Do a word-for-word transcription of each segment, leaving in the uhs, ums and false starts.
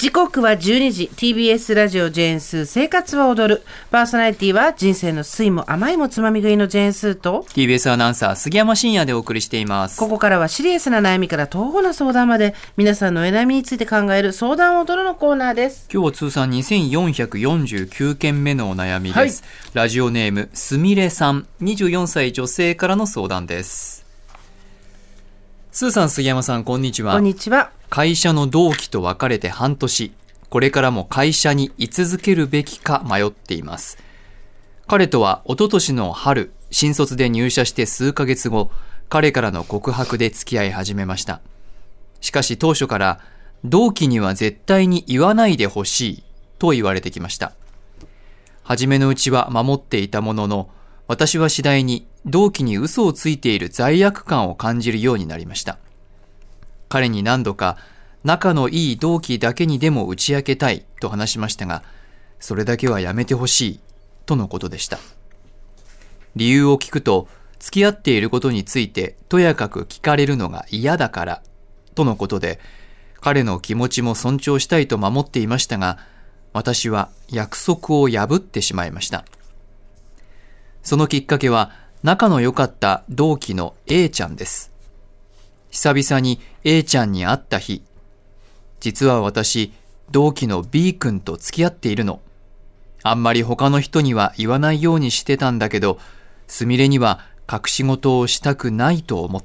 時刻はじゅうにじ。 ティービーエス ラジオジェーンスー生活は踊る。パーソナリティは人生の酸いも甘いもつまみ食いのジェーンスーとティービーエス アナウンサー杉山真也でお送りしています。 ここからはシリアスな悩みから東方な相談まで皆さんのお悩みについて考える相談を踊るのコーナーです。 今日は通算にせんよんひゃくよんじゅうきゅうけんめのお悩みです、はい、ラジオネームすみれさん、にじゅうよんさい女性からの相談です。スーさん、杉山さん、こんにちは。 こんにちは。 会社の同期と別れて半年、これからも会社に居続けるべきか迷っています。彼とは一昨年の春、新卒で入社して数ヶ月後、彼からの告白で付き合い始めました。しかし当初から同期には絶対に言わないでほしいと言われてきました。初めのうちは守っていたものの、私は次第に同期に嘘をついている罪悪感を感じるようになりました。彼に何度か仲のいい同期だけにでも打ち明けたいと話しましたが、それだけはやめてほしいとのことでした。理由を聞くと、付き合っていることについてとやかく聞かれるのが嫌だからとのことで、彼の気持ちも尊重したいと守っていましたが、私は約束を破ってしまいました。そのきっかけは仲の良かった同期の A ちゃんです。久々に A ちゃんに会った日、実は私、同期の B 君と付き合っているの。あんまり他の人には言わないようにしてたんだけど、すみれには隠し事をしたくないと思って。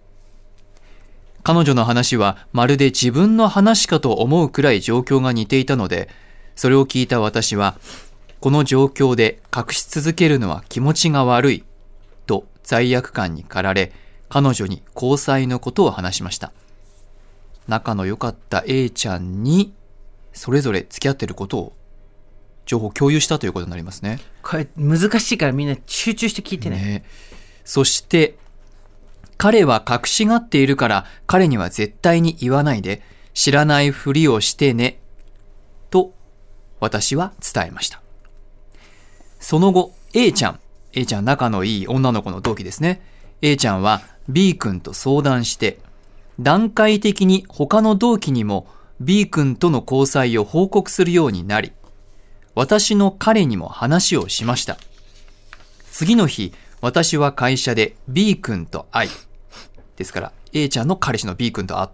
彼女の話はまるで自分の話かと思うくらい状況が似ていたので、それを聞いた私は、この状況で隠し続けるのは気持ちが悪いと罪悪感に駆られ、彼女に交際のことを話しました。仲の良かった A ちゃんにそれぞれ付き合っていることを情報を共有したということになりますね。 これ難しいからみんな集中して聞いてね。 ね。そして彼は隠しがっているから彼には絶対に言わないで、知らないふりをしてねと私は伝えました。その後 A ちゃん A ちゃん仲のいい女の子の同期ですね。 A ちゃんは B 君と相談して、段階的に他の同期にも B 君との交際を報告するようになり、私の彼にも話をしました。次の日、私は会社で B 君と会い、ですから A ちゃんの彼氏の B 君と会って、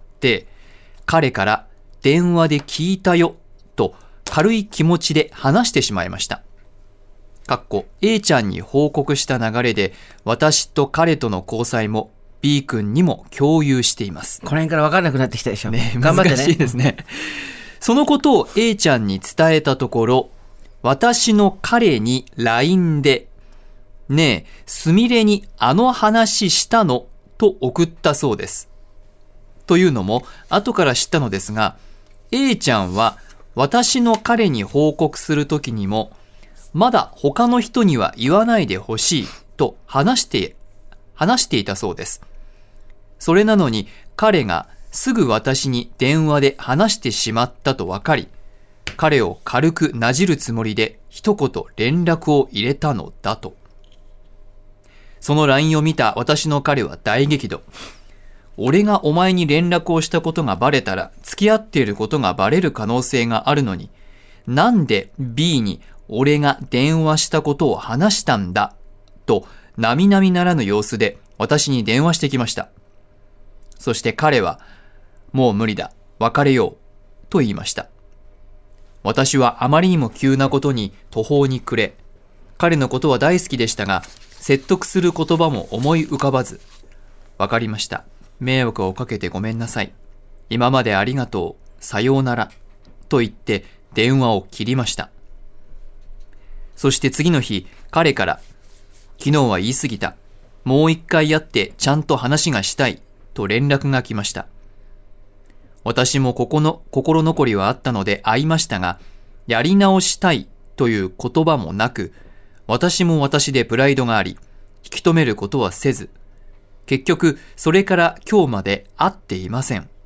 彼から電話で聞いたよと軽い気持ちで話してしまいました。かっこ A ちゃんに報告した流れで、私と彼との交際もB 君にも共有しています。 この辺から分からなくなってきたでしょ。 ね、 頑張ってね。 難しいですね。そのことを A ちゃんに伝えたところ、私の彼に ライン で、ねえ、すみれにあの話したのと送ったそうです。というのも、後から知ったのですが、A ちゃんは私の彼に報告するときにも、まだ他の人には言わないでほしいと話して、話していたそうです。それなのに彼がすぐ私に電話で話してしまったと分かり、彼を軽くなじるつもりで一言連絡を入れたのだと。その ライン を見た私の彼は大激怒。俺がお前に連絡をしたことがバレたら付き合っていることがバレる可能性があるのに、なんで B に俺が電話したことを話したんだと並々ならぬ様子で私に電話してきました。そして彼は、もう無理だ、別れようと言いました。私はあまりにも急なことに途方に暮れ、彼のことは大好きでしたが、説得する言葉も思い浮かばず、わかりました。迷惑をかけてごめんなさい。今までありがとう。さようなら。と言って電話を切りました。そして次の日、彼から、昨日は言い過ぎた。もう一回会ってちゃんと話がしたい。と連絡が来ました。私もここの心残りはあったので会いましたが、やり直したいという言葉もなく、私も私でプライドがあり、引き止めることはせず、結局それから今日まで会っていません。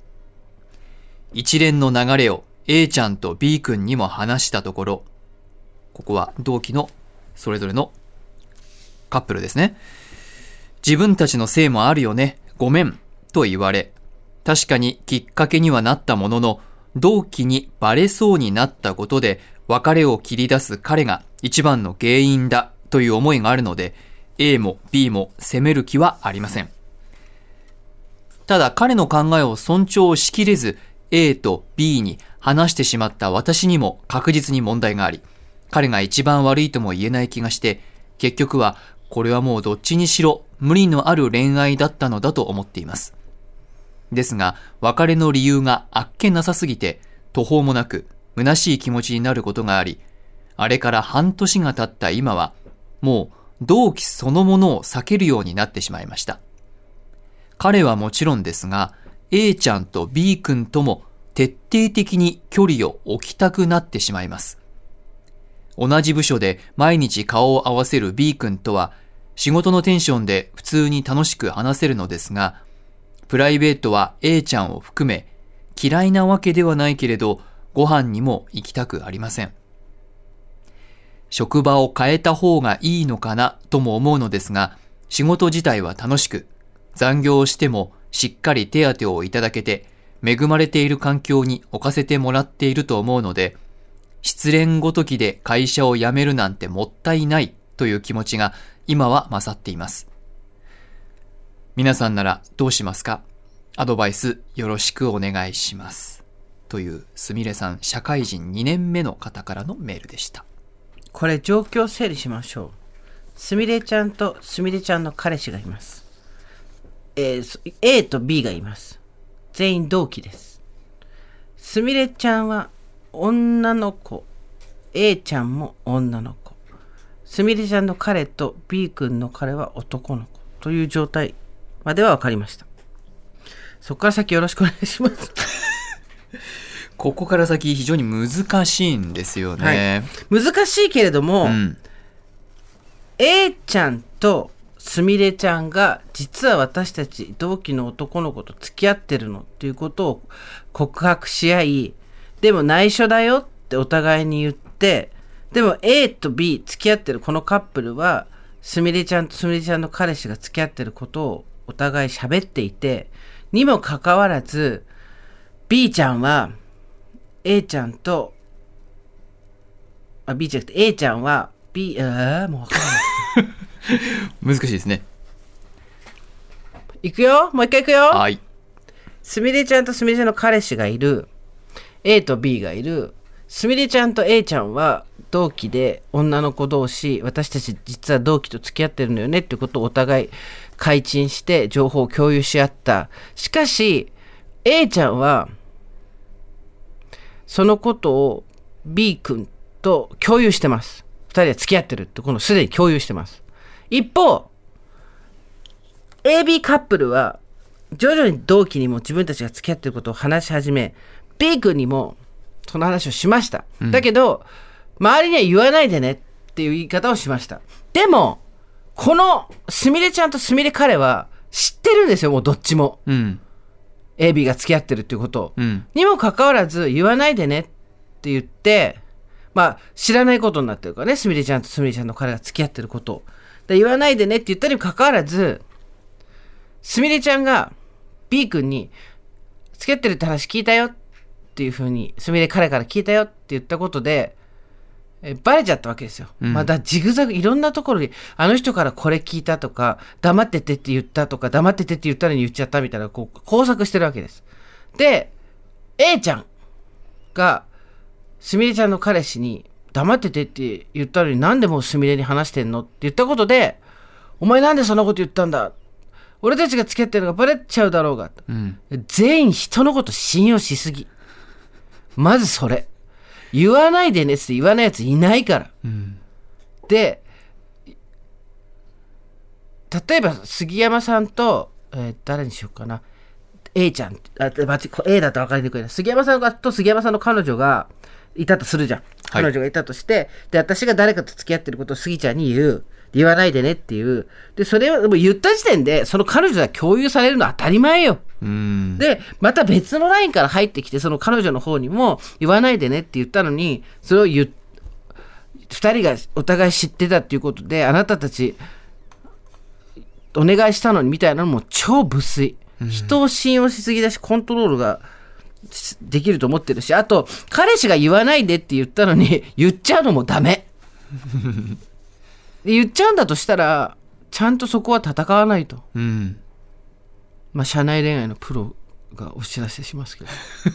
一連の流れを A ちゃんと B 君にも話したところ、ここは同期のそれぞれのカップルですね。自分たちのせいもあるよね、ごめんと言われ、確かにきっかけにはなったものの、 同期にバレそうになったことで別れを切り出す彼が一番の原因だという思いがあるので、 A も B も責める気はありません。ただ彼の考えを尊重しきれず A と B に話してしまった私にも確実に問題があり、彼が一番悪いとも言えない気がして、結局はこれはもうどっちにしろ無理のある恋愛だったのだと思っています。ですが別れの理由があっけなさすぎて途方もなく虚しい気持ちになることがあり、あれから半年が経った今はもう同期そのものを避けるようになってしまいました。彼はもちろんですが A ちゃんと B 君とも徹底的に距離を置きたくなってしまいます。同じ部署で毎日顔を合わせる B 君とは仕事のテンションで普通に楽しく話せるのですが、プライベートは A ちゃんを含め嫌いなわけではないけれどご飯にも行きたくありません。職場を変えた方がいいのかなとも思うのですが、仕事自体は楽しく、残業をしてもしっかり手当をいただけて恵まれている環境に置かせてもらっていると思うので、失恋ごときで会社を辞めるなんてもったいないという気持ちが今は勝っています。皆さんならどうしますか？アドバイスよろしくお願いします。というすみれさん、社会人にねんめの方からのメールでした。 これ状況整理しましょう。すみれちゃんとすみれちゃんの彼氏がいます。えー、A と B がいます。全員同期です。すみれちゃんは女の子、 A ちゃんも女の子、すみれちゃんの彼と B 君の彼は男の子という状態までは分かりました。そこから先よろしくお願いしますここから先非常に難しいんですよね、 はい、難しいけれども、うん、A ちゃんとすみれちゃんが実は私たち同期の男の子と付き合ってるのっていうことを告白し合い、でも内緒だよってお互いに言って、でも A と B 付き合ってるこのカップルはすみれちゃんとすみれちゃんの彼氏が付き合ってることをお互い喋っていてにもかかわらず B ちゃんは A ちゃんとあ B じゃなくて A ちゃんは B えー、もう分からない難しいですね。 いくよ、もう一回いくよ。 はい。 すみれちゃんとすみれちゃんの彼氏がいる、 A と B がいる。すみれちゃんと A ちゃんは同期で女の子同士、私たち実は同期と付き合ってるのよねってことをお互い開陳して情報を共有し合った。しかし A ちゃんはそのことを B 君と共有してます。ふたりは付き合ってるってこのすでに共有してます。一方 エービー カップルは徐々に同期にも自分たちが付き合ってることを話し始め、 B 君にもその話をしました、うん、だけど周りには言わないでねっていう言い方をしました。でもこのすみれちゃんとすみれ彼は知ってるんですよ、もうどっちも、うん、エービー が付き合ってるっていうことを、うん、にもかかわらず言わないでねって言って、まあ知らないことになってるからね、すみれちゃんとすみれちゃんの彼が付き合ってることをで言わないでねって言ったにもかかわらず、すみれちゃんが B 君に付き合ってるって話聞いたよっていう風にすみれ彼から聞いたよって言ったことでえバレちゃったわけですよ、うん、まだジグザグいろんなところにあの人からこれ聞いたとか黙っててって言ったとか黙っててって言ったのに言っちゃったみたいなこう工作してるわけです。で A ちゃんがすみれちゃんの彼氏に黙っててって言ったのになんでもうすみれに話してんのって言ったことで、お前なんでそんなこと言ったんだ、俺たちが付き合ってるのがバレちゃうだろうが、うん、全員人のこと信用しすぎ。まずそれ言わないでねって言わないやついないから、うん、で例えば杉山さんと、えー、誰にしようかな A ちゃんあ A だと分かりにくいな。杉山さんがと杉山さんの彼女がいたとするじゃん、はい、彼女がいたとして、で私が誰かと付き合ってることを杉ちゃんに言う、言わないでねっていう。でそれをもう言った時点でその彼女が共有されるのは当たり前よ。うんでまた別のラインから入ってきてその彼女の方にも言わないでねって言ったのに、それを言ふたりがお互い知ってたっていうことであなたたちお願いしたのにみたいなのも超無粋、うん、人を信用しすぎだしコントロールができると思ってるし、あと彼氏が言わないでって言ったのに言っちゃうのもダメで言っちゃうんだとしたらちゃんとそこは戦わないと、 うん、 まあ社内恋愛のプロがお知らせしますけど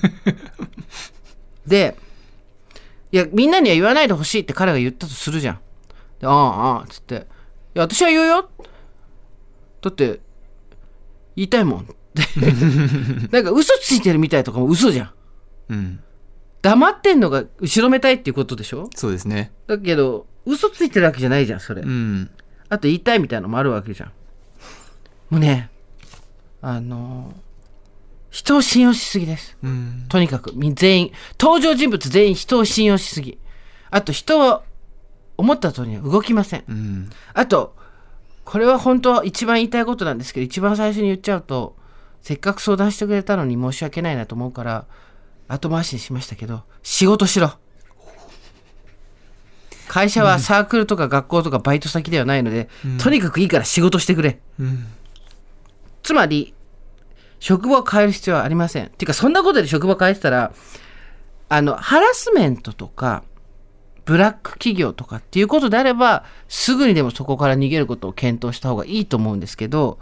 で、いやみんなには言わないでほしいって彼が言ったとするじゃん。で、ああああつって、いや私は言うよ、だって言いたいもんなんか嘘ついてるみたいとかも嘘じゃん、うん、黙ってんのが後ろめたいっていうことでしょ。 そうですね。 だけど嘘ついてるわけじゃないじゃんそれ、 うん、 あと言いたいみたいなのもあるわけじゃん。もうね、あのー、人を信用しすぎです、うん、とにかく全員登場人物全員人を信用しすぎ。あと人は思った通りには動きません、うん、あとこれは本当は一番言いたいことなんですけど、一番最初に言っちゃうとせっかく相談してくれたのに申し訳ないなと思うから後回しにしましたけど、仕事しろ。会社はサークルとか学校とかバイト先ではないので、うん、とにかくいいから仕事してくれ、うん、つまり職場を変える必要はありません。っていうかそんなことで職場変えてたらあのハラスメントとかブラック企業とかっていうことであればすぐにでもそこから逃げることを検討した方がいいと思うんですけど、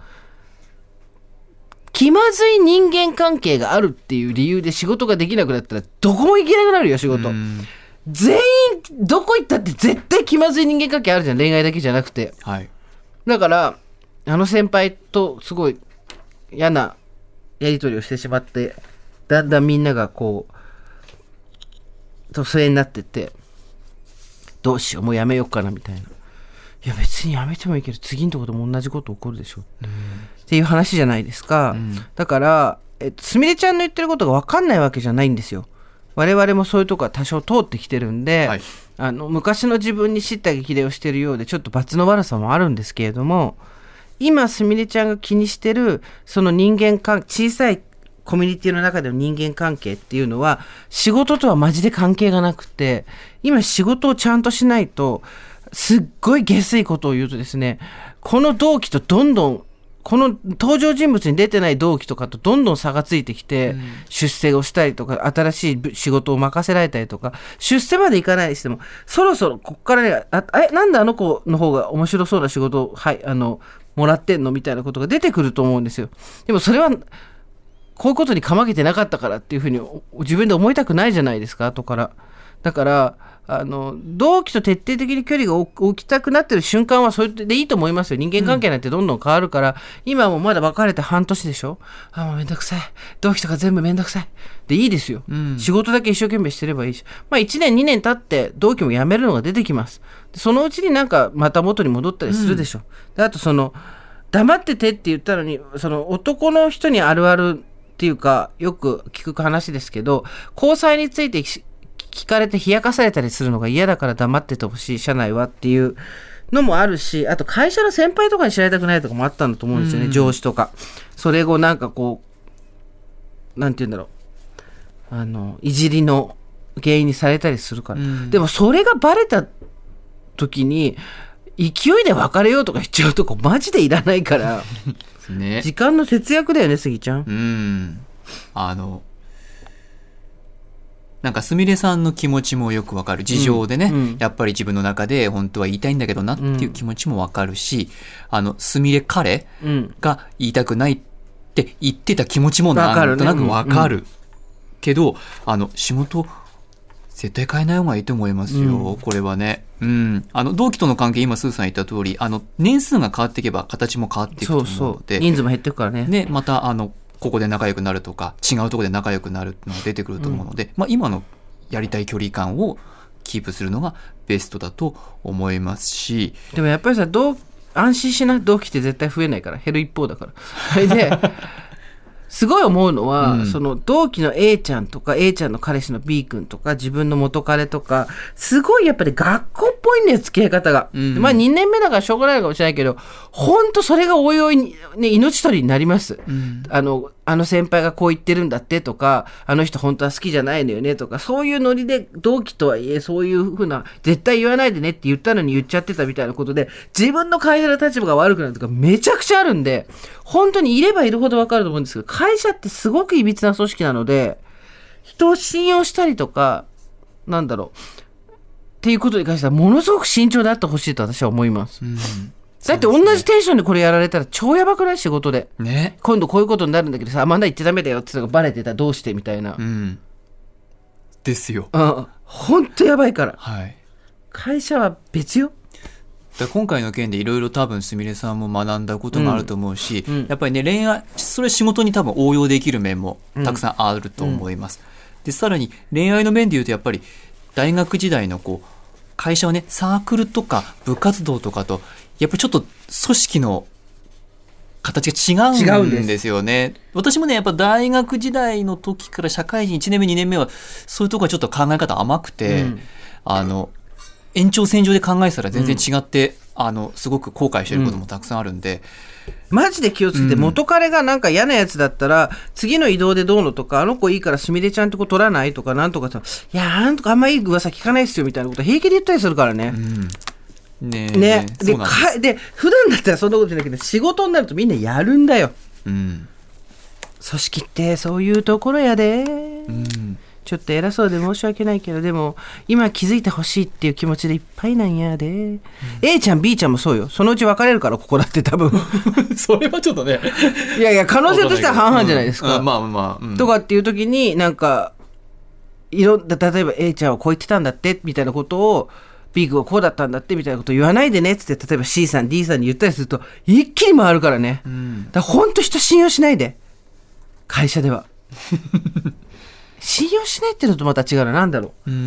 気まずい人間関係があるっていう理由で仕事ができなくなったらどこも行けなくなるよ仕事。全員どこ行ったって絶対気まずい人間関係あるじゃん、恋愛だけじゃなくて、はい、だからあの先輩とすごい嫌なやり取りをしてしまってだんだんみんながこう疎遠になってってどうしようもうやめようかなみたいな。いや別にやめてもいいけど次のところでも同じこと起こるでしょ、うん、っていう話じゃないですか、うん、だからえっとすみれちゃんの言ってることが分かんないわけじゃないんですよ。我々もそういうとこは多少通ってきてるんで、はい、あの昔の自分に叱咤激励をしてるようでちょっと罰の悪さもあるんですけれども、今すみれちゃんが気にしてるその人間関小さいコミュニティの中での人間関係っていうのは仕事とはマジで関係がなくて、今仕事をちゃんとしないとすっごい下水ことを言うとですね、この同期とどんどんこの登場人物に出てない同期とかとどんどん差がついてきて、うん、出世をしたりとか新しい仕事を任せられたりとか、出世までいかないにしてもそろそろこっからね、あえなんであの子の方が面白そうな仕事を、はい、あのもらってんのみたいなことが出てくると思うんですよ。でもそれはこういうことにかまけてなかったからっていうふうに自分で思いたくないじゃないですか後から。だからあの同期と徹底的に距離が置きたくなってる瞬間はそれでいいと思いますよ。人間関係なんてどんどん変わるから、うん、今もまだ別れて半年でしょ。あもうめんどくさい、同期とか全部めんどくさいでいいですよ、うん、仕事だけ一生懸命してればいいし、まあいちねんにねん経って同期も辞めるのが出てきます。そのうちになんかまた元に戻ったりするでしょ、うん、であとその黙っててって言ったのにその男の人にあるあるっていうかよく聞く話ですけど、交際について聞かれて冷やかされたりするのが嫌だから黙っててほしい社内はっていうのもあるし、あと会社の先輩とかに知られたくないとかもあったんだと思うんですよね、上司とか。それ後なんかこうなんて言うんだろう、あのいじりの原因にされたりするから、でもそれがバレた時に勢いで別れようとか言っちゃうとこマジでいらないからね、時間の節約だよねスギちゃん。 うんあのなんかすみれさんの気持ちもよくわかる。事情でね、うんうん、やっぱり自分の中で本当は言いたいんだけどなっていう気持ちもわかるし、うん、あのすみれ彼が言いたくないって言ってた気持ちもなんとなくわかる、ねうんうん、けどあの仕事絶対変えない方がいいと思いますよ、うん、これはね、うん、あの同期との関係今スーさん言った通りあの年数が変わっていけば形も変わっていくと思うので、そうそう人数も減っていくからね。 ねまたあのここで仲良くなるとか違うところで仲良くなるのが出てくると思うので、うんまあ、今のやりたい距離感をキープするのがベストだと思いますし、 でもやっぱりさどう安心しな、同期って絶対増えないから減る一方だからそれですごい思うのは、うん、その同期の A ちゃんとか A ちゃんの彼氏の B 君とか自分の元彼とかすごいやっぱり学校っぽいんだよ付き合い方が、うん、まあにねんめだからしょうがないかもしれないけど本当それがおいおいに、ね、命取りになります、うん、あのあの先輩がこう言ってるんだってとかあの人本当は好きじゃないのよねとかそういうノリで同期とはいえそういう風な絶対言わないでねって言ったのに言っちゃってたみたいなことで自分の会社の立場が悪くなるとかめちゃくちゃあるんで本当にいればいるほど分かると思うんですけど会社ってすごくいびつな組織なので人を信用したりとかなんだろうっていうことに関してはものすごく慎重であってほしいと私は思います、うん、だって同じテンションでこれやられたら超やばくない？仕事で、ね、今度こういうことになるんだけどさ、まだ言ってダメだよってのがバレてたらどうしてみたいな、うん、 ですよ。 ほんとやばいから、 はい、 会社は別よ。 だ今回の件でいろいろ多分すみれさんも学んだこともあると思うし、うんうん、やっぱりね恋愛それ仕事に多分応用できる面もたくさんあると思います、うん、でさらに恋愛の面でいうとやっぱり大学時代のこう会社はねサークルとか部活動とかとやっぱりちょっと組織の形が違うんですよね。私もねやっぱ大学時代の時から社会人いちねんめにねんめはそういうところはちょっと考え方甘くて、うん、あの延長線上で考えてたら全然違って、うん、あのすごく後悔してることもたくさんあるんで、 うん、マジで気をつけて、うん、元彼がなんか嫌なやつだったら次の移動でどうのとかあの子いいからすみれちゃんって子取らないとかなんとかさ、いやなんとかあんまいい噂聞かないっすよみたいなこと平気で言ったりするからね、うんねねでかで普段だったらそんなことじゃないけど仕事になるとみんなやるんだよ、うん、組織ってそういうところやで、うん、ちょっと偉そうで申し訳ないけどでも今気づいてほしいっていう気持ちでいっぱいなんやで、うん、A ちゃん B ちゃんもそうよ。そのうち別れるからここだって多分それはちょっとねいやいや可能性としては半々じゃないですか、 うん、まあまあ、うん、 とかっていう時になんかいろ例えば A ちゃんはこう言ってたんだってみたいなことをB 君はこうだったんだってみたいなことを言わないでねっつって例えば C さん D さんに言ったりすると一気に回るからね、うん、だからほんと人信用しないで会社では信用しないっていうのとまた違うのなんだろう、うん、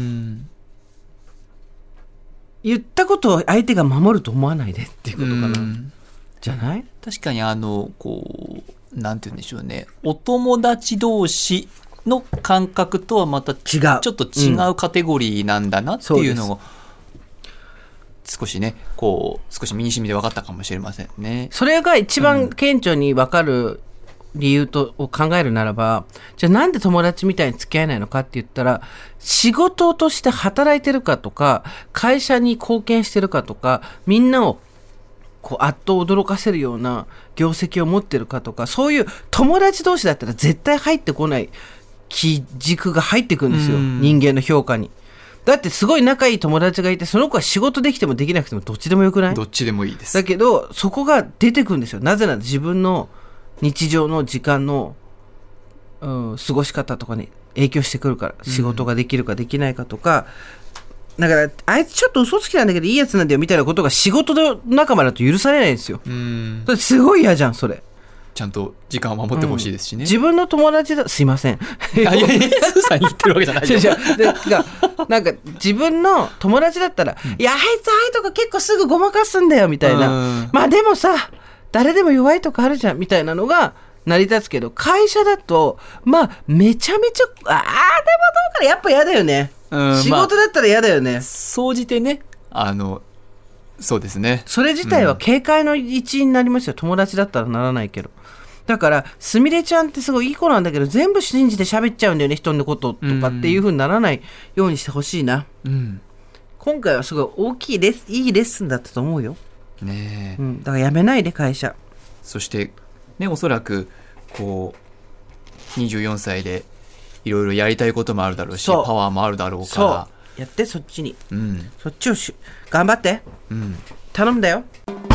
言ったことを相手が守ると思わないでっていうことかな、うん、じゃない？ 確かにあのこうなんて言うんでしょうね、お友達同士の感覚とはまた違うちょっと違うカテゴリーなんだなっていうのを、うん、少しねこう少し身に染みで分かったかもしれませんね。 それが一番顕著に分かる理由とを考えるならば、じゃあなんで友達みたいに付き合えないのかって言ったら仕事として働いてるかとか会社に貢献してるかとかみんなをこうあっと驚かせるような業績を持ってるかとかそういう友達同士だったら絶対入ってこない基軸が入ってくるんですよ、人間の評価に。だってすごい仲いい友達がいてその子は仕事できてもできなくてもどっちでもよくない？ どっちでもいいです。 だけどそこが出てくるんですよ。なぜなら自分の日常の時間の、うん、過ごし方とかに影響してくるから、仕事ができるかできないかとか、うん、だからあいつちょっと嘘つきなんだけどいいやつなんだよみたいなことが仕事の仲間だと許されないんですよ。うん、だってすごい嫌じゃんそれ。 ちゃんと時間を守ってほしいですしね、うん、 自分の友達だすいませんいやいやいやスーさんに言ってるわけじゃないじゃんでなんか自分の友達だったら、うん、いやあいつああいうとこ結構すぐごまかすんだよみたいな、うん、まあでもさ誰でも弱いとこあるじゃんみたいなのが成り立つけど会社だとまあめちゃめちゃああでもどうかなやっぱ嫌だよね、うん、仕事だったら嫌だよね、まあ、 総じてねあのそうですねそれ自体は警戒の一員になりますよ、うん、友達だったらならないけど。だからすみれちゃんってすごいいい子なんだけど全部信じて喋っちゃうんだよね人のこととかっていう風にならないようにしてほしいな、うん、今回はすごい大きいレスいいレッスンだったと思うよ、ねえ、うん、だからやめないで会社。 そしてねおそらくこうにじゅうよんさいでいろいろやりたいこともあるだろうしパワーもあるだろうからそうやってそっちに、うん、そっちをし頑張って、うん、頼んだよ。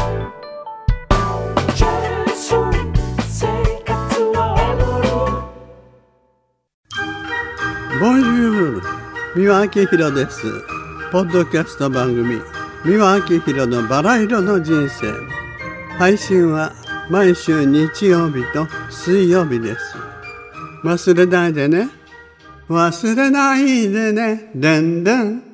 ボンジュール、三輪明宏です。ポッドキャスト番組三輪明宏のバラ色の人生、配信は毎週日曜日と水曜日です。忘れないでね忘れないでねでんでん